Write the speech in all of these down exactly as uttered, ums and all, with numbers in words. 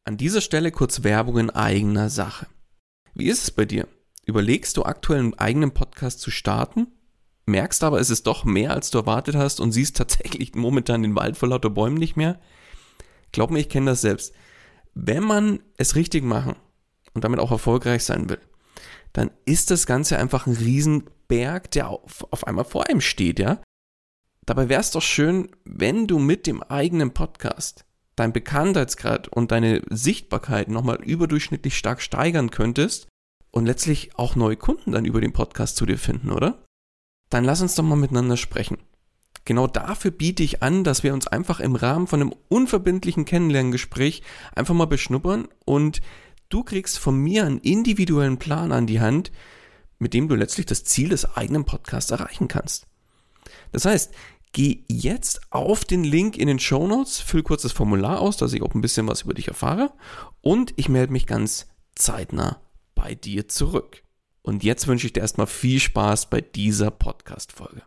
An dieser Stelle kurz Werbung in eigener Sache. Wie ist es bei dir? Überlegst du aktuell einen eigenen Podcast zu starten? Merkst aber, es ist doch mehr, als du erwartet hast und siehst tatsächlich momentan den Wald vor lauter Bäumen nicht mehr? Glaub mir, ich kenne das selbst. Wenn man es richtig machen und damit auch erfolgreich sein will, dann ist das Ganze einfach ein Riesenberg, der auf, auf einmal vor einem steht, ja? Dabei wäre es doch schön, wenn du mit dem eigenen Podcast dein Bekanntheitsgrad und deine Sichtbarkeit nochmal überdurchschnittlich stark steigern könntest und letztlich auch neue Kunden dann über den Podcast zu dir finden, oder? Dann lass uns doch mal miteinander sprechen. Genau dafür biete ich an, dass wir uns einfach im Rahmen von einem unverbindlichen Kennenlerngespräch einfach mal beschnuppern und du kriegst von mir einen individuellen Plan an die Hand, mit dem du letztlich das Ziel des eigenen Podcasts erreichen kannst. Das heißt, geh jetzt auf den Link in den Shownotes, füll kurz das Formular aus, dass ich auch ein bisschen was über dich erfahre und ich melde mich ganz zeitnah bei dir zurück. Und jetzt wünsche ich dir erstmal viel Spaß bei dieser Podcast-Folge.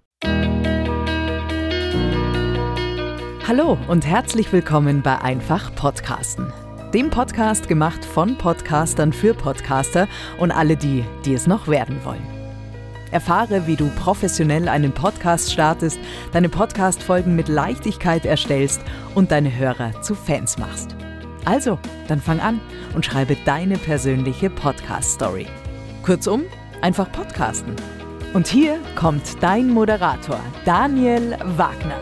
Hallo und herzlich willkommen bei Einfach Podcasten. Dem Podcast gemacht von Podcastern für Podcaster und alle die, die es noch werden wollen. Erfahre, wie du professionell einen Podcast startest, deine Podcast-Folgen mit Leichtigkeit erstellst und deine Hörer zu Fans machst. Also, dann fang an und schreibe deine persönliche Podcast-Story. Kurzum, einfach podcasten. Und hier kommt dein Moderator, Daniel Wagner.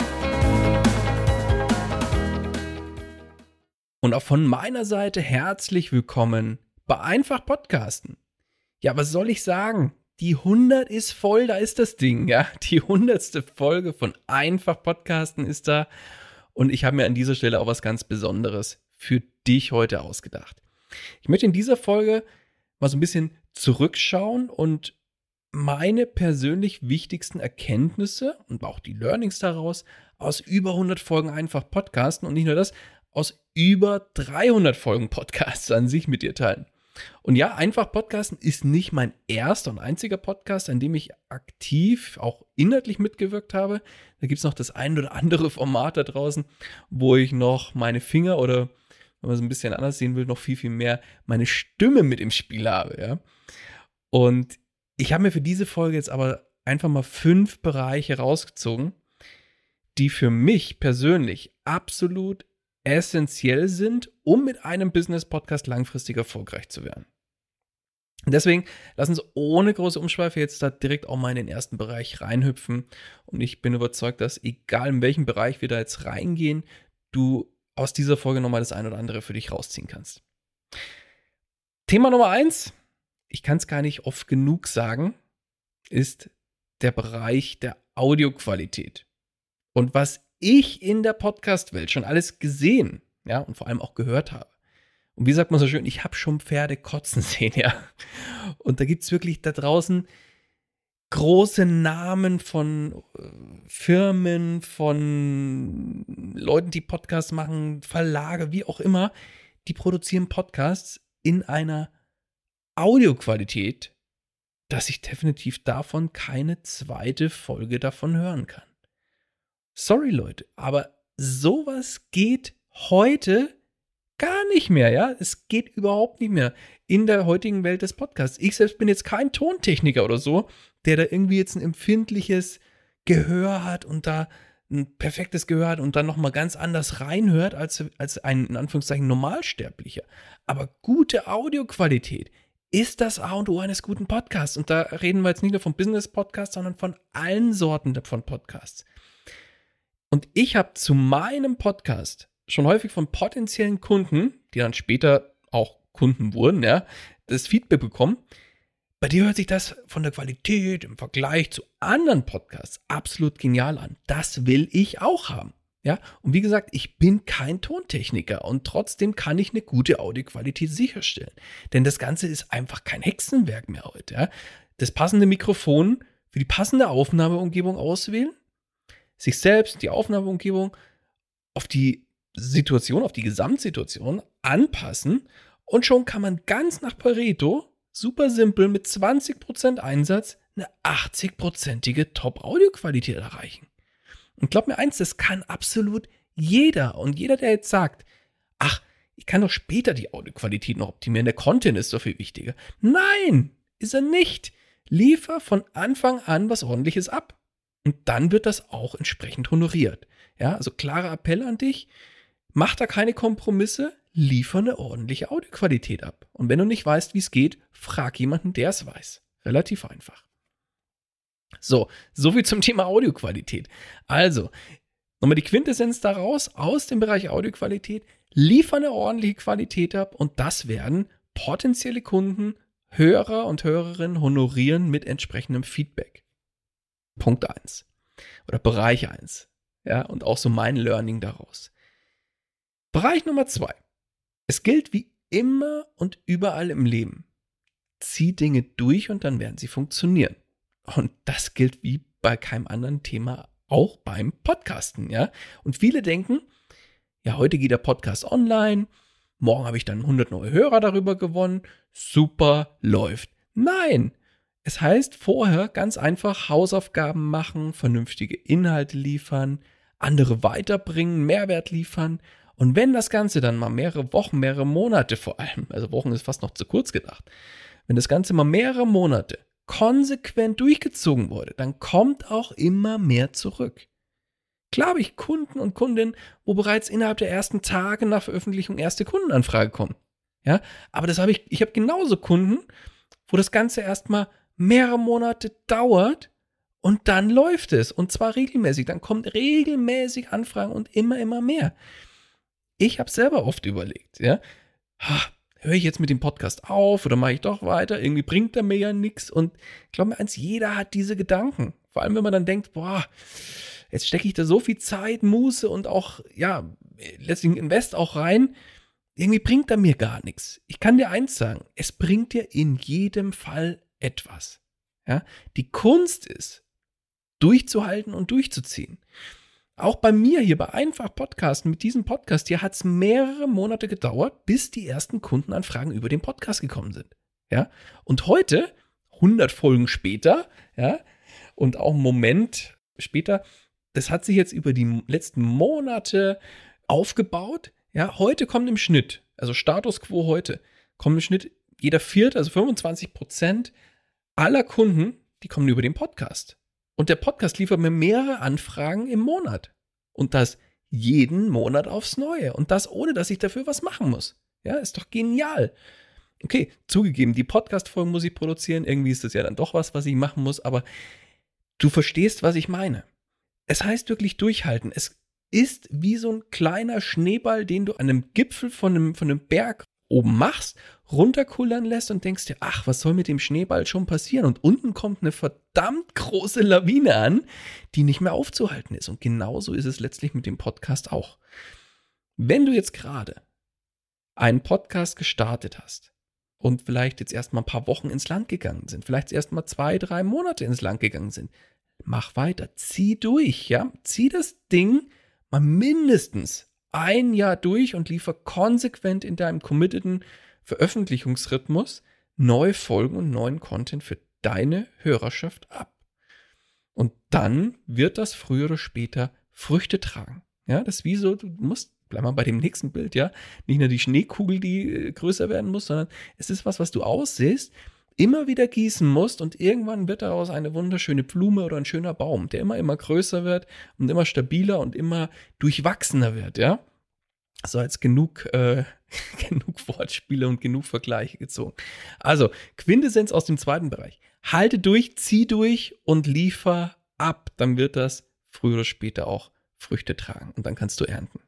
Und auch von meiner Seite herzlich willkommen bei Einfach Podcasten. Ja, was soll ich sagen? Die hundert ist voll, da ist das Ding, ja. Die hundertste Folge von Einfach Podcasten ist da. Und ich habe mir an dieser Stelle auch was ganz Besonderes für dich heute ausgedacht. Ich möchte in dieser Folge mal so ein bisschen zurückschauen und meine persönlich wichtigsten Erkenntnisse und auch die Learnings daraus aus über hundert Folgen Einfach Podcasten und nicht nur das, aus über dreihundert Folgen Podcasts an sich mit dir teilen. Und ja, Einfach Podcasten ist nicht mein erster und einziger Podcast, an dem ich aktiv, auch inhaltlich mitgewirkt habe. Da gibt es noch das ein oder andere Format da draußen, wo ich noch meine Finger oder, wenn man es ein bisschen anders sehen will, noch viel, viel mehr meine Stimme mit im Spiel habe. Ja? Und ich habe mir für diese Folge jetzt aber einfach mal fünf Bereiche rausgezogen, die für mich persönlich absolut essentiell sind, um mit einem Business-Podcast langfristig erfolgreich zu werden. Und deswegen lass uns ohne große Umschweife jetzt da direkt auch mal in den ersten Bereich reinhüpfen. Und ich bin überzeugt, dass egal in welchem Bereich wir da jetzt reingehen, du aus dieser Folge nochmal das ein oder andere für dich rausziehen kannst. Thema Nummer eins, ich kann es gar nicht oft genug sagen, ist der Bereich der Audioqualität. Und was ich in der Podcast-Welt schon alles gesehen, ja, und vor allem auch gehört habe. Und wie sagt man so schön, ich habe schon Pferde kotzen sehen, ja. Und da gibt es wirklich da draußen große Namen von äh, Firmen, von Leuten, die Podcasts machen, Verlage, wie auch immer, die produzieren Podcasts in einer Audioqualität, dass ich definitiv davon keine zweite Folge davon hören kann. Sorry, Leute, aber sowas geht heute gar nicht mehr, ja? Es geht überhaupt nicht mehr in der heutigen Welt des Podcasts. Ich selbst bin jetzt kein Tontechniker oder so, der da irgendwie jetzt ein empfindliches Gehör hat und da ein perfektes Gehör hat und dann nochmal ganz anders reinhört als, als ein, in Anführungszeichen, Normalsterblicher. Aber gute Audioqualität ist das A und O eines guten Podcasts. Und da reden wir jetzt nicht nur vom Business-Podcast, sondern von allen Sorten von Podcasts. Und ich habe zu meinem Podcast schon häufig von potenziellen Kunden, die dann später auch Kunden wurden, ja, das Feedback bekommen, bei dir hört sich das von der Qualität im Vergleich zu anderen Podcasts absolut genial an. Das will ich auch haben. Ja? Und wie gesagt, ich bin kein Tontechniker und trotzdem kann ich eine gute Audioqualität sicherstellen. Denn das Ganze ist einfach kein Hexenwerk mehr heute. Ja? Das passende Mikrofon für die passende Aufnahmeumgebung auswählen, sich selbst, die Aufnahmeumgebung auf die Situation, auf die Gesamtsituation anpassen und schon kann man ganz nach Pareto, super simpel, mit zwanzig Prozent Einsatz eine achtzig-prozentige Top-Audio-Qualität erreichen. Und glaub mir eins, das kann absolut jeder. Und jeder, der jetzt sagt, ach, ich kann doch später die Audioqualität noch optimieren, der Content ist doch viel wichtiger. Nein, ist er nicht. Liefer von Anfang an was Ordentliches ab. Und dann wird das auch entsprechend honoriert. Ja, also klarer Appell an dich, mach da keine Kompromisse, liefer eine ordentliche Audioqualität ab. Und wenn du nicht weißt, wie es geht, frag jemanden, der es weiß. Relativ einfach. So, soviel zum Thema Audioqualität. Also, nochmal die Quintessenz daraus, aus dem Bereich Audioqualität, liefer eine ordentliche Qualität ab und das werden potenzielle Kunden, Hörer und Hörerinnen honorieren mit entsprechendem Feedback. Punkt eins. Oder Bereich eins. Ja, und auch so mein Learning daraus. Bereich Nummer zwei. Es gilt wie immer und überall im Leben. Zieh Dinge durch und dann werden sie funktionieren. Und das gilt wie bei keinem anderen Thema auch beim Podcasten, ja. Und viele denken, ja, heute geht der Podcast online, morgen habe ich dann hundert neue Hörer darüber gewonnen, super, läuft. Nein, es heißt vorher ganz einfach Hausaufgaben machen, vernünftige Inhalte liefern, andere weiterbringen, Mehrwert liefern. Und wenn das Ganze dann mal mehrere Wochen, mehrere Monate vor allem, also Wochen ist fast noch zu kurz gedacht, wenn das Ganze mal mehrere Monate konsequent durchgezogen wurde, dann kommt auch immer mehr zurück. Klar habe ich Kunden und Kundinnen, wo bereits innerhalb der ersten Tage nach Veröffentlichung erste Kundenanfrage kommen. Ja, aber das habe ich, ich habe genauso Kunden, wo das Ganze erstmal mehrere Monate dauert und dann läuft es. Und zwar regelmäßig. Dann kommt regelmäßig Anfragen und immer, immer mehr. Ich habe selber oft überlegt, ja, höre ich jetzt mit dem Podcast auf oder mache ich doch weiter? Irgendwie bringt er mir ja nichts. Und ich glaube mir eins, jeder hat diese Gedanken. Vor allem, wenn man dann denkt, boah, jetzt stecke ich da so viel Zeit, Muße und auch, ja, letztlich Invest auch rein. Irgendwie bringt er mir gar nichts. Ich kann dir eins sagen, es bringt dir in jedem Fall etwas. Ja? Die Kunst ist, durchzuhalten und durchzuziehen. Auch bei mir hier bei Einfach Podcasten, mit diesem Podcast hier hat es mehrere Monate gedauert, bis die ersten Kundenanfragen über den Podcast gekommen sind. Ja? Und heute, hundert Folgen später, ja, und auch einen Moment später, das hat sich jetzt über die letzten Monate aufgebaut. Ja, heute kommt im Schnitt, also Status quo heute, kommt im Schnitt jeder vierte, also fünfundzwanzig Prozent aller Kunden, die kommen über den Podcast. Und der Podcast liefert mir mehrere Anfragen im Monat. Und das jeden Monat aufs Neue. Und das ohne, dass ich dafür was machen muss. Ja, ist doch genial. Okay, zugegeben, die Podcast-Folgen muss ich produzieren. Irgendwie ist das ja dann doch was, was ich machen muss. Aber du verstehst, was ich meine. Es heißt wirklich durchhalten. Es ist wie so ein kleiner Schneeball, den du an einem Gipfel von einem, von einem Berg oben machst, runterkullern lässt und denkst dir, ach, was soll mit dem Schneeball schon passieren? Und unten kommt eine verdammt große Lawine an, die nicht mehr aufzuhalten ist. Und genauso ist es letztlich mit dem Podcast auch. Wenn du jetzt gerade einen Podcast gestartet hast und vielleicht jetzt erst mal ein paar Wochen ins Land gegangen sind, vielleicht erst mal zwei, drei Monate ins Land gegangen sind, mach weiter, zieh durch, ja, zieh das Ding mal mindestens ein Jahr durch und liefer konsequent in deinem committeden Veröffentlichungsrhythmus neue Folgen und neuen Content für deine Hörerschaft ab. Und dann wird das früher oder später Früchte tragen. Ja, das ist wie so, du musst, bleib mal bei dem nächsten Bild, ja, nicht nur die Schneekugel, die äh, größer werden muss, sondern es ist was, was du aussiehst, immer wieder gießen musst und irgendwann wird daraus eine wunderschöne Blume oder ein schöner Baum, der immer, immer größer wird und immer stabiler und immer durchwachsener wird, ja. So, jetzt genug, äh, genug Wortspiele und genug Vergleiche gezogen. Also, Quintessenz aus dem zweiten Bereich. Halte durch, zieh durch und liefer ab. Dann wird das früher oder später auch Früchte tragen und dann kannst du ernten.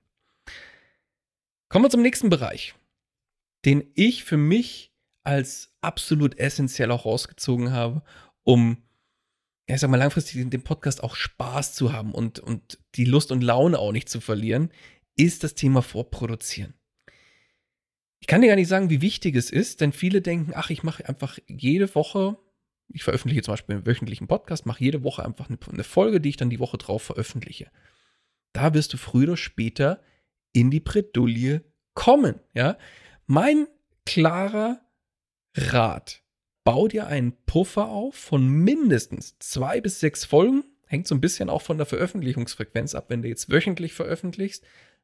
Kommen wir zum nächsten Bereich, den ich für mich als absolut essentiell auch rausgezogen habe, um, ja, ich sag mal, langfristig in dem Podcast auch Spaß zu haben und, und die Lust und Laune auch nicht zu verlieren, ist das Thema Vorproduzieren. Ich kann dir gar nicht sagen, wie wichtig es ist, denn viele denken, ach, ich mache einfach jede Woche, ich veröffentliche zum Beispiel einen wöchentlichen Podcast, mache jede Woche einfach eine, eine Folge, die ich dann die Woche drauf veröffentliche. Da wirst du früher oder später in die Bredouille kommen. Ja? Mein klarer Rat: Bau dir einen Puffer auf von mindestens zwei bis sechs Folgen. Hängt so ein bisschen auch von der Veröffentlichungsfrequenz ab. Wenn du jetzt wöchentlich veröffentlichst,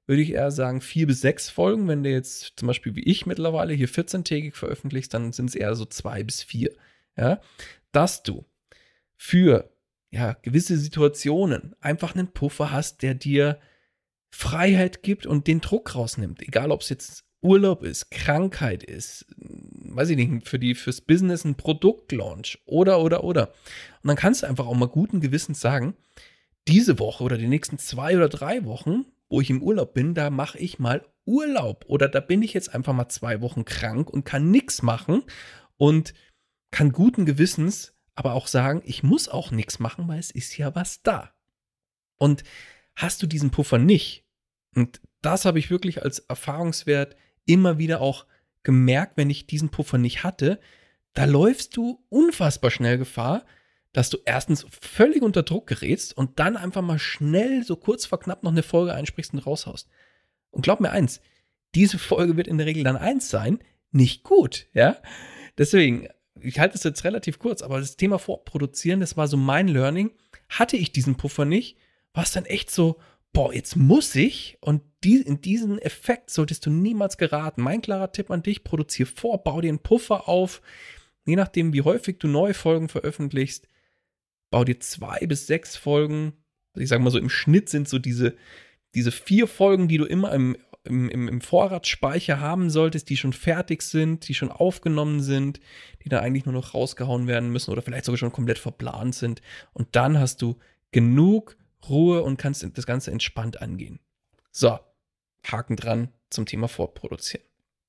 würde ich eher sagen vier bis sechs Folgen. Wenn du jetzt zum Beispiel wie ich mittlerweile hier vierzehntägig veröffentlichst, dann sind es eher so zwei bis vier. Ja? Dass du für ja, gewisse Situationen einfach einen Puffer hast, der dir Freiheit gibt und den Druck rausnimmt. Egal, ob es jetzt Urlaub ist, Krankheit ist, weiß ich nicht, für die, fürs Business ein Produktlaunch oder, oder, oder. Und dann kannst du einfach auch mal guten Gewissens sagen, diese Woche oder die nächsten zwei oder drei Wochen, wo ich im Urlaub bin, da mache ich mal Urlaub. Oder da bin ich jetzt einfach mal zwei Wochen krank und kann nichts machen und kann guten Gewissens aber auch sagen, ich muss auch nichts machen, weil es ist ja was da. Und hast du diesen Puffer nicht, und das habe ich wirklich als Erfahrungswert immer wieder auch gemerkt, wenn ich diesen Puffer nicht hatte, da läufst du unfassbar schnell Gefahr, dass du erstens völlig unter Druck gerätst und dann einfach mal schnell, so kurz vor knapp noch eine Folge einsprichst und raushaust. Und glaub mir eins, diese Folge wird in der Regel dann eins sein, nicht gut, ja. Deswegen, ich halte es jetzt relativ kurz, aber das Thema Vorproduzieren, das war so mein Learning. Hatte ich diesen Puffer nicht, war es dann echt so, boah, jetzt muss ich, und die, in diesen Effekt solltest du niemals geraten. Mein klarer Tipp an dich, produziere vor, bau dir einen Puffer auf, je nachdem, wie häufig du neue Folgen veröffentlichst, bau dir zwei bis sechs Folgen, ich sage mal so, im Schnitt sind so diese, diese vier Folgen, die du immer im, im, im Vorratsspeicher haben solltest, die schon fertig sind, die schon aufgenommen sind, die dann eigentlich nur noch rausgehauen werden müssen oder vielleicht sogar schon komplett verplant sind. Und dann hast du genug Ruhe und kannst das Ganze entspannt angehen. So, Haken dran zum Thema Vorproduzieren.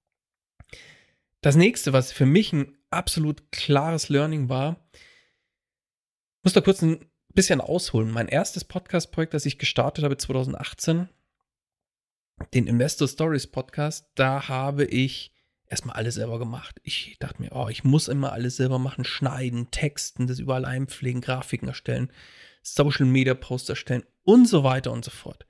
Das nächste, was für mich ein absolut klares Learning war, ich muss da kurz ein bisschen ausholen. Mein erstes Podcast-Projekt, das ich gestartet habe zwanzig achtzehn, den Investor Stories Podcast, da habe ich erstmal alles selber gemacht. Ich dachte mir, oh, ich muss immer alles selber machen, schneiden, texten, das überall einpflegen, Grafiken erstellen, Social Media Posts erstellen und so weiter und so fort.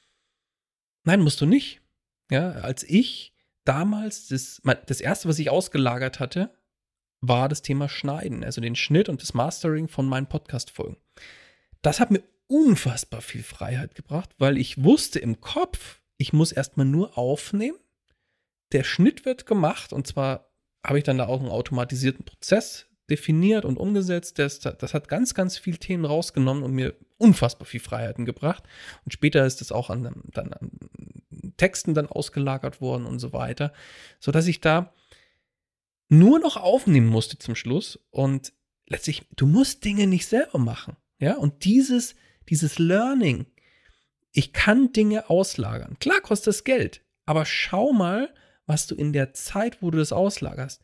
Nein, musst du nicht. Ja, als ich damals, das, das erste, was ich ausgelagert hatte, war das Thema Schneiden, also den Schnitt und das Mastering von meinen Podcast-Folgen. Das hat mir unfassbar viel Freiheit gebracht, weil ich wusste im Kopf, ich muss erstmal nur aufnehmen, der Schnitt wird gemacht und zwar habe ich dann da auch einen automatisierten Prozess definiert und umgesetzt. Das, das hat ganz, ganz viele Themen rausgenommen und mir unfassbar viel Freiheiten gebracht. Und später ist es auch an, dann an Texten dann ausgelagert worden und so weiter, sodass ich da nur noch aufnehmen musste zum Schluss. Und letztlich, du musst Dinge nicht selber machen. Ja, und dieses, dieses Learning, ich kann Dinge auslagern. Klar kostet das Geld, aber schau mal, was du in der Zeit, wo du das auslagerst,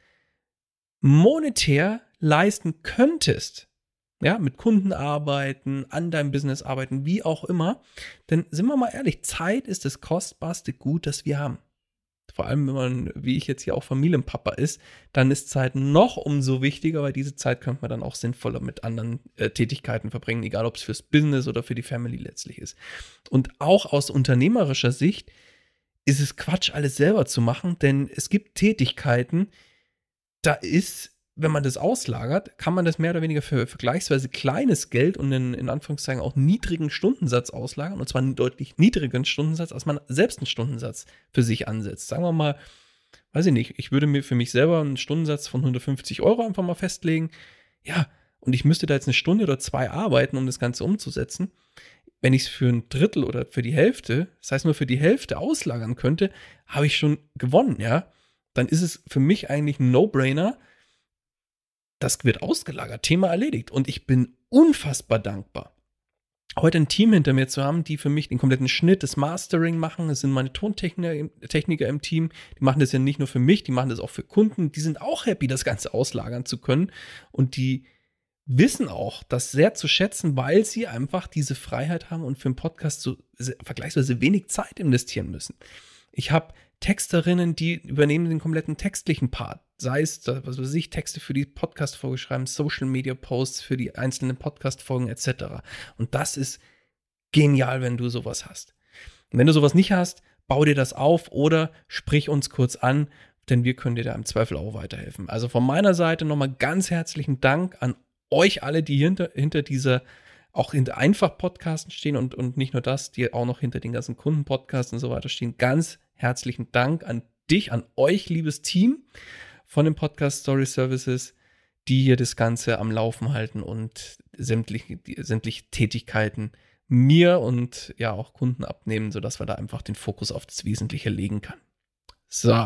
monetär leisten könntest. Ja, mit Kunden arbeiten, an deinem Business arbeiten, wie auch immer. Denn sind wir mal ehrlich, Zeit ist das kostbarste Gut, das wir haben. Vor allem, wenn man, wie ich jetzt hier auch Familienpapa ist, dann ist Zeit noch umso wichtiger, weil diese Zeit könnte man dann auch sinnvoller mit anderen äh, Tätigkeiten verbringen, egal ob es fürs Business oder für die Family letztlich ist. Und auch aus unternehmerischer Sicht ist es Quatsch, alles selber zu machen, denn es gibt Tätigkeiten, da ist, wenn man das auslagert, kann man das mehr oder weniger für vergleichsweise kleines Geld und einen, in Anführungszeichen auch niedrigen Stundensatz auslagern, und zwar einen deutlich niedrigeren Stundensatz, als man selbst einen Stundensatz für sich ansetzt. Sagen wir mal, weiß ich nicht, ich würde mir für mich selber einen Stundensatz von hundertfünfzig Euro einfach mal festlegen. Ja, und ich müsste da jetzt eine Stunde oder zwei arbeiten, um das Ganze umzusetzen. Wenn ich es für ein Drittel oder für die Hälfte, das heißt nur für die Hälfte auslagern könnte, habe ich schon gewonnen, ja. Dann ist es für mich eigentlich ein No-Brainer. Das wird ausgelagert, Thema erledigt. Und ich bin unfassbar dankbar, heute ein Team hinter mir zu haben, die für mich den kompletten Schnitt, das Mastering machen. Das sind meine Tontechniker im Team. Die machen das ja nicht nur für mich, die machen das auch für Kunden. Die sind auch happy, das Ganze auslagern zu können. Und die wissen auch, das sehr zu schätzen, weil sie einfach diese Freiheit haben und für einen Podcast so vergleichsweise wenig Zeit investieren müssen. Ich habe Texterinnen, die übernehmen den kompletten textlichen Part. Sei es, was weiß ich, Texte für die Podcast-Folge schreiben, Social-Media-Posts für die einzelnen Podcast-Folgen et cetera. Und das ist genial, wenn du sowas hast. Und wenn du sowas nicht hast, bau dir das auf oder sprich uns kurz an, denn wir können dir da im Zweifel auch weiterhelfen. Also von meiner Seite nochmal ganz herzlichen Dank an euch alle, die hinter, hinter dieser auch hinter Einfach-Podcasten stehen und, und nicht nur das, die auch noch hinter den ganzen Kunden-Podcasts und so weiter stehen. Ganz herzlichen Dank an dich, an euch, liebes Team von den Podcast Story Services, die hier das Ganze am Laufen halten und sämtliche, die, sämtliche Tätigkeiten mir und ja auch Kunden abnehmen, sodass wir da einfach den Fokus auf das Wesentliche legen können. So.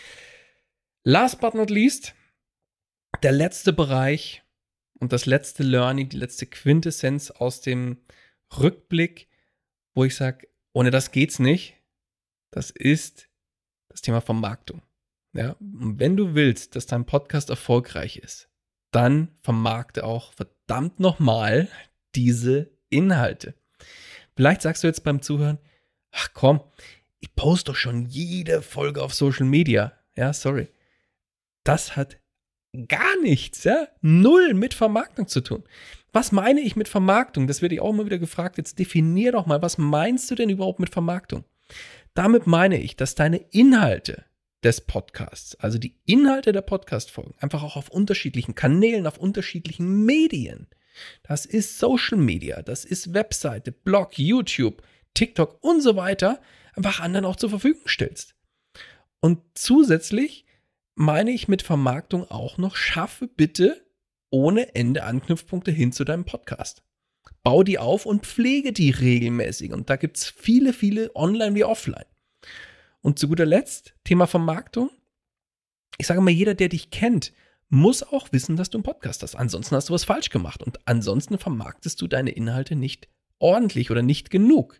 Last but not least, der letzte Bereich und das letzte Learning, die letzte Quintessenz aus dem Rückblick, wo ich sage, ohne das geht's nicht, das ist das Thema Vermarktung. Ja, und wenn du willst, dass dein Podcast erfolgreich ist, dann vermarkte auch verdammt nochmal diese Inhalte. Vielleicht sagst du jetzt beim Zuhören, ach komm, ich poste doch schon jede Folge auf Social Media. Ja, sorry. Das hat gar nichts, ja, null mit Vermarktung zu tun. Was meine ich mit Vermarktung? Das werde ich auch immer wieder gefragt. Jetzt definier doch mal, was meinst du denn überhaupt mit Vermarktung? Damit meine ich, dass deine Inhalte des Podcasts, also die Inhalte der Podcast-Folgen, einfach auch auf unterschiedlichen Kanälen, auf unterschiedlichen Medien, das ist Social Media, das ist Webseite, Blog, YouTube, TikTok und so weiter, einfach anderen auch zur Verfügung stellst. Und zusätzlich meine ich mit Vermarktung auch noch, schaffe bitte ohne Ende Anknüpfpunkte hin zu deinem Podcast. Bau die auf und pflege die regelmäßig. Und da gibt es viele, viele online wie offline. Und zu guter Letzt, Thema Vermarktung. Ich sage mal, jeder, der dich kennt, muss auch wissen, dass du einen Podcast hast. Ansonsten hast du was falsch gemacht. Und ansonsten vermarktest du deine Inhalte nicht ordentlich oder nicht genug.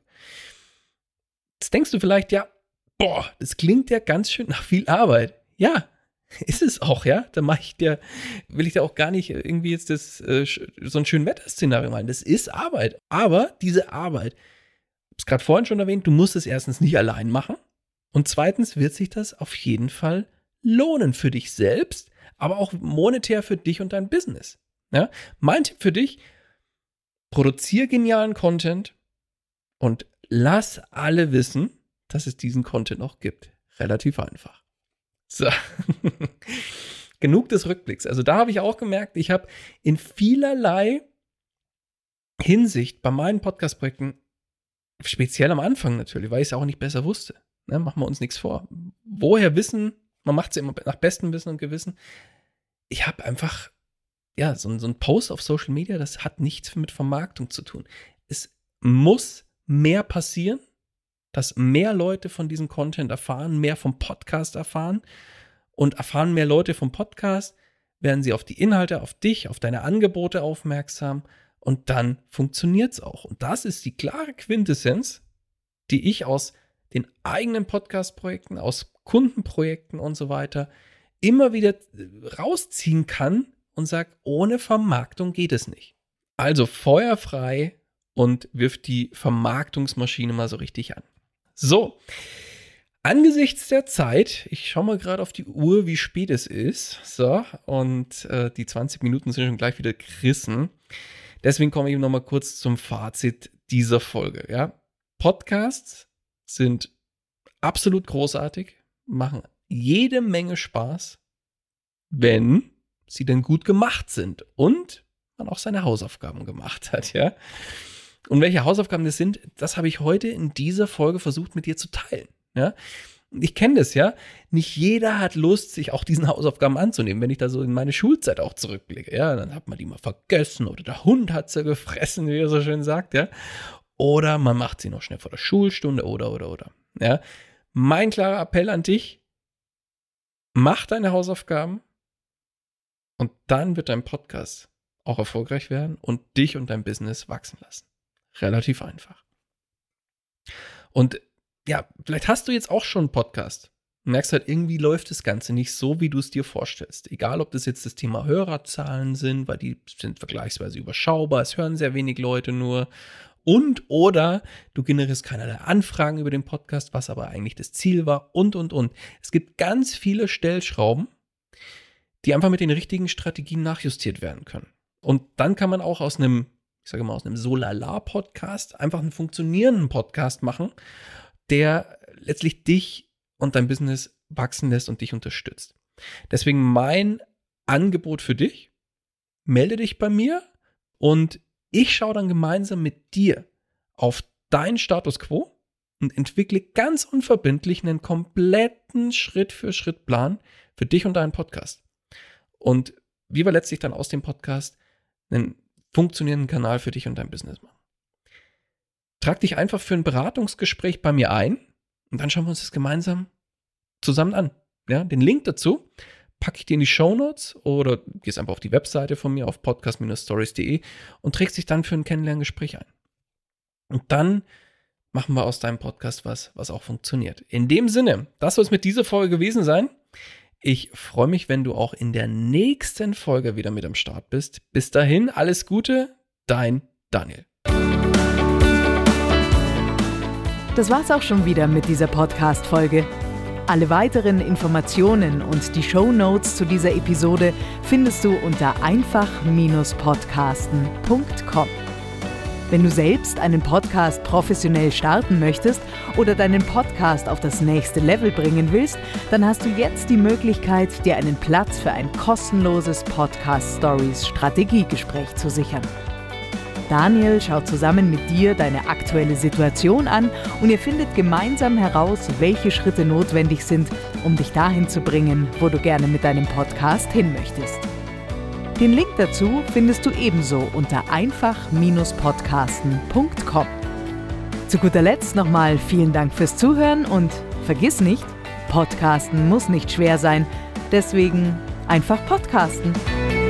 Jetzt denkst du vielleicht, ja, boah, das klingt ja ganz schön nach viel Arbeit. Ja, ist es auch, ja. Da mache ich dir, will ich dir auch gar nicht irgendwie jetzt das, äh, so ein schön Wetterszenario malen. Das ist Arbeit. Aber diese Arbeit, ich habe es gerade vorhin schon erwähnt, du musst es erstens nicht allein machen. Und zweitens wird sich das auf jeden Fall lohnen für dich selbst, aber auch monetär für dich und dein Business. Ja? Mein Tipp für dich, produziere genialen Content und lass alle wissen, dass es diesen Content auch gibt. Relativ einfach. So, genug des Rückblicks. Also da habe ich auch gemerkt, ich habe in vielerlei Hinsicht bei meinen Podcast-Projekten, speziell am Anfang natürlich, weil ich es auch nicht besser wusste, ne, machen wir uns nichts vor. Woher wissen, man macht es ja immer nach bestem Wissen und Gewissen. Ich habe einfach, ja, so, so ein Post auf Social Media, das hat nichts mit Vermarktung zu tun. Es muss mehr passieren, dass mehr Leute von diesem Content erfahren, mehr vom Podcast erfahren und erfahren mehr Leute vom Podcast, werden sie auf die Inhalte, auf dich, auf deine Angebote aufmerksam und dann funktioniert es auch. Und das ist die klare Quintessenz, die ich aus den eigenen Podcast-Projekten, aus Kundenprojekten und so weiter immer wieder rausziehen kann und sage, ohne Vermarktung geht es nicht. Also feuerfrei und wirf die Vermarktungsmaschine mal so richtig an. So, angesichts der Zeit, ich schaue mal gerade auf die Uhr, wie spät es ist. So, und äh, die zwanzig Minuten sind schon gleich wieder gerissen. Deswegen komme ich noch mal kurz zum Fazit dieser Folge. Ja? Podcasts sind absolut großartig, machen jede Menge Spaß, wenn sie denn gut gemacht sind und man auch seine Hausaufgaben gemacht hat, ja. Und welche Hausaufgaben das sind, das habe ich heute in dieser Folge versucht mit dir zu teilen, ja. Ich kenne das, ja. Nicht jeder hat Lust, sich auch diesen Hausaufgaben anzunehmen. Wenn ich da so in meine Schulzeit auch zurückblicke, ja, dann hat man die mal vergessen oder der Hund hat sie gefressen, wie er so schön sagt, ja. Oder man macht sie noch schnell vor der Schulstunde oder, oder, oder, ja. Mein klarer Appell an dich, mach deine Hausaufgaben und dann wird dein Podcast auch erfolgreich werden und dich und dein Business wachsen lassen. Relativ einfach. Und ja, vielleicht hast du jetzt auch schon einen Podcast. Du merkst halt, irgendwie läuft das Ganze nicht so, wie du es dir vorstellst. Egal, ob das jetzt das Thema Hörerzahlen sind, weil die sind vergleichsweise überschaubar, es hören sehr wenig Leute nur. Und oder du generierst keinerlei Anfragen über den Podcast, was aber eigentlich das Ziel war und, und, und. Es gibt ganz viele Stellschrauben, die einfach mit den richtigen Strategien nachjustiert werden können. Und dann kann man auch aus einem, ich sage mal, aus einem Solala-Podcast einfach einen funktionierenden Podcast machen, der letztlich dich und dein Business wachsen lässt und dich unterstützt. Deswegen mein Angebot für dich, melde dich bei mir und Ich schaue dann gemeinsam mit dir auf deinen Status quo und entwickle ganz unverbindlich einen kompletten Schritt-für-Schritt-Plan für dich und deinen Podcast. Und wie wir letztlich dann aus dem Podcast einen funktionierenden Kanal für dich und dein Business machen. Trag dich einfach für ein Beratungsgespräch bei mir ein und dann schauen wir uns das gemeinsam zusammen an. Ja, den Link dazu packe ich dir in die Shownotes oder gehst einfach auf die Webseite von mir auf podcast Bindestrich stories punkt de und trägst dich dann für ein Kennenlerngespräch ein. Und dann machen wir aus deinem Podcast was, was auch funktioniert. In dem Sinne, das soll es mit dieser Folge gewesen sein. Ich freue mich, wenn du auch in der nächsten Folge wieder mit am Start bist. Bis dahin, alles Gute, dein Daniel. Das war's auch schon wieder mit dieser Podcast-Folge. Alle weiteren Informationen und die Shownotes zu dieser Episode findest du unter einfach Bindestrich podcasten Punkt com. Wenn du selbst einen Podcast professionell starten möchtest oder deinen Podcast auf das nächste Level bringen willst, dann hast du jetzt die Möglichkeit, dir einen Platz für ein kostenloses Podcast-Stories-Strategiegespräch zu sichern. Daniel schaut zusammen mit dir deine aktuelle Situation an und ihr findet gemeinsam heraus, welche Schritte notwendig sind, um dich dahin zu bringen, wo du gerne mit deinem Podcast hin möchtest. Den Link dazu findest du ebenso unter einfach Bindestrich podcasten Punkt com. Zu guter Letzt nochmal vielen Dank fürs Zuhören und vergiss nicht, Podcasten muss nicht schwer sein, deswegen einfach podcasten.